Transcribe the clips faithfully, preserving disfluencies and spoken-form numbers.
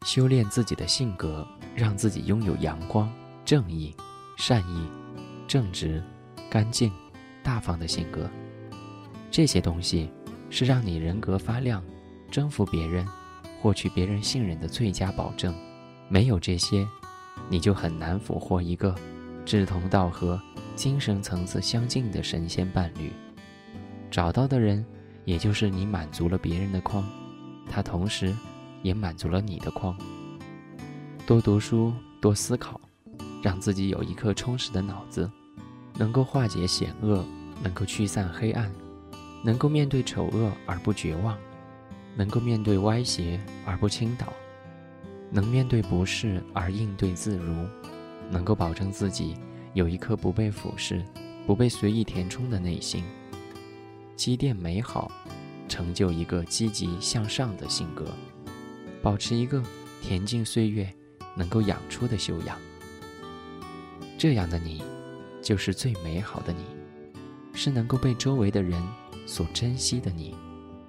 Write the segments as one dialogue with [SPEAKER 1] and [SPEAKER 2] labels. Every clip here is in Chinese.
[SPEAKER 1] 修炼自己的性格，让自己拥有阳光、正义、善意、正直、干净、大方的性格。这些东西是让你人格发亮、征服别人、获取别人信任的最佳保证。没有这些，你就很难俘获一个志同道合、精神层次相近的神仙伴侣。找到的人，也就是你满足了别人的框，他同时也满足了你的框。多读书，多思考，让自己有一颗充实的脑子，能够化解险恶，能够驱散黑暗，能够面对丑恶而不绝望，能够面对歪斜而不倾倒，能面对不适而应对自如，能够保证自己有一颗不被腐蚀、不被随意填充的内心，积淀美好，成就一个积极向上的性格，保持一个恬静岁月能够养出的修养。这样的你，就是最美好的你，是能够被周围的人所珍惜的你。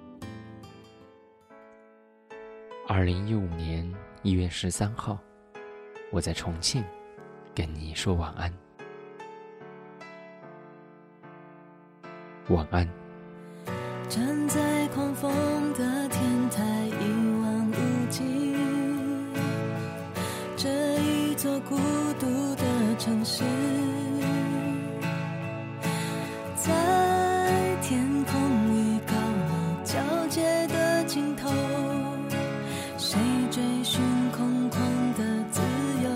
[SPEAKER 1] 二零一五年一月十三号，我在重庆跟你说晚安。晚安。
[SPEAKER 2] 站在狂风的天台一望无际，这一座孤独的城市，在天空与高楼交界的尽头，谁追寻空旷的自由？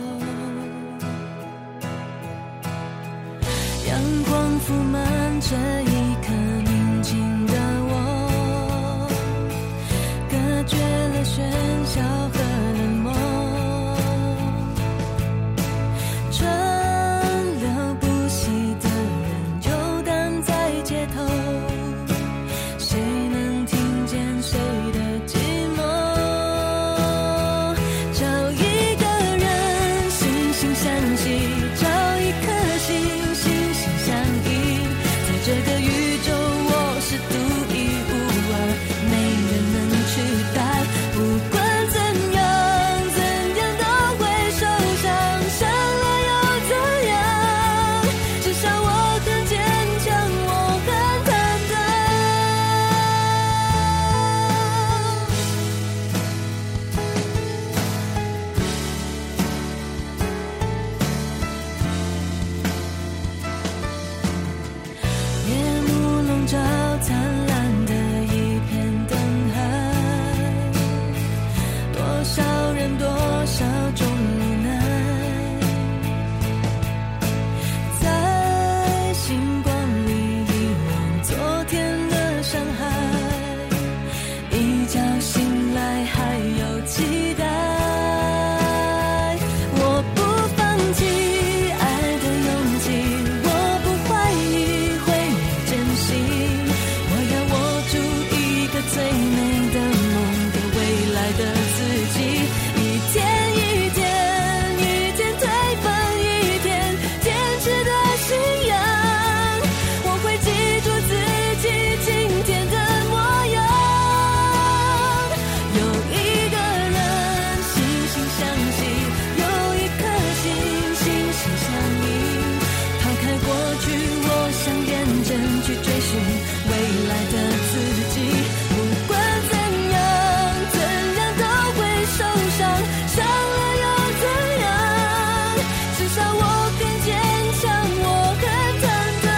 [SPEAKER 2] 阳光铺满这一颗宁静的我，隔绝了喧嚣和冷漠，川流不息的人游荡在街头，谁能听见谁的寂寞？找一个人惺惺相惜，找一颗心心心相印，在这个宇宙我是独一无二，没人能取代。不管怎样怎样都会受伤，伤了又怎样？至少我很坚强，我很坦荡。夜幕笼罩灿烂的一片灯海，多少人多少种无奈，在星光里遗忘昨天的伤害，一觉醒来还有期待。我不放弃爱的勇气，我不怀疑会有真心，我要握住一个最美的梦，给未来的自己。一天一天一天推翻一天坚持的信仰，我会记住自己今天的模样。有一个人惺惺相惜，有一颗心心心相印，抛开过去，我想认真去追寻未来的自己。不管怎样怎样都会受伤，伤了又怎样？至少我更坚强，我很坦荡。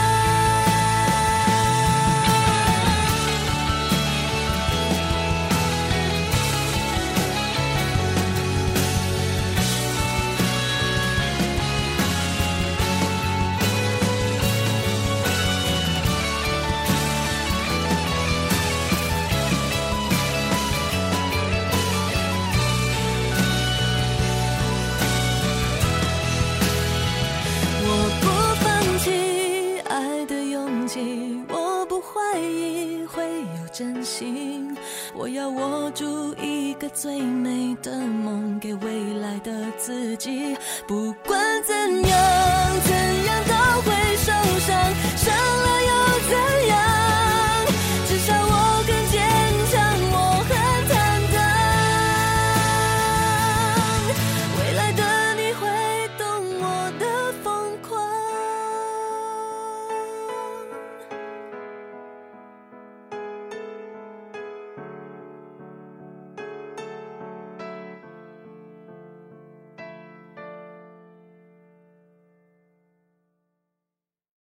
[SPEAKER 2] 我不放弃爱的勇气，我不怀疑会有真心，我要握住一个最美的梦，给未来的自己。不管怎样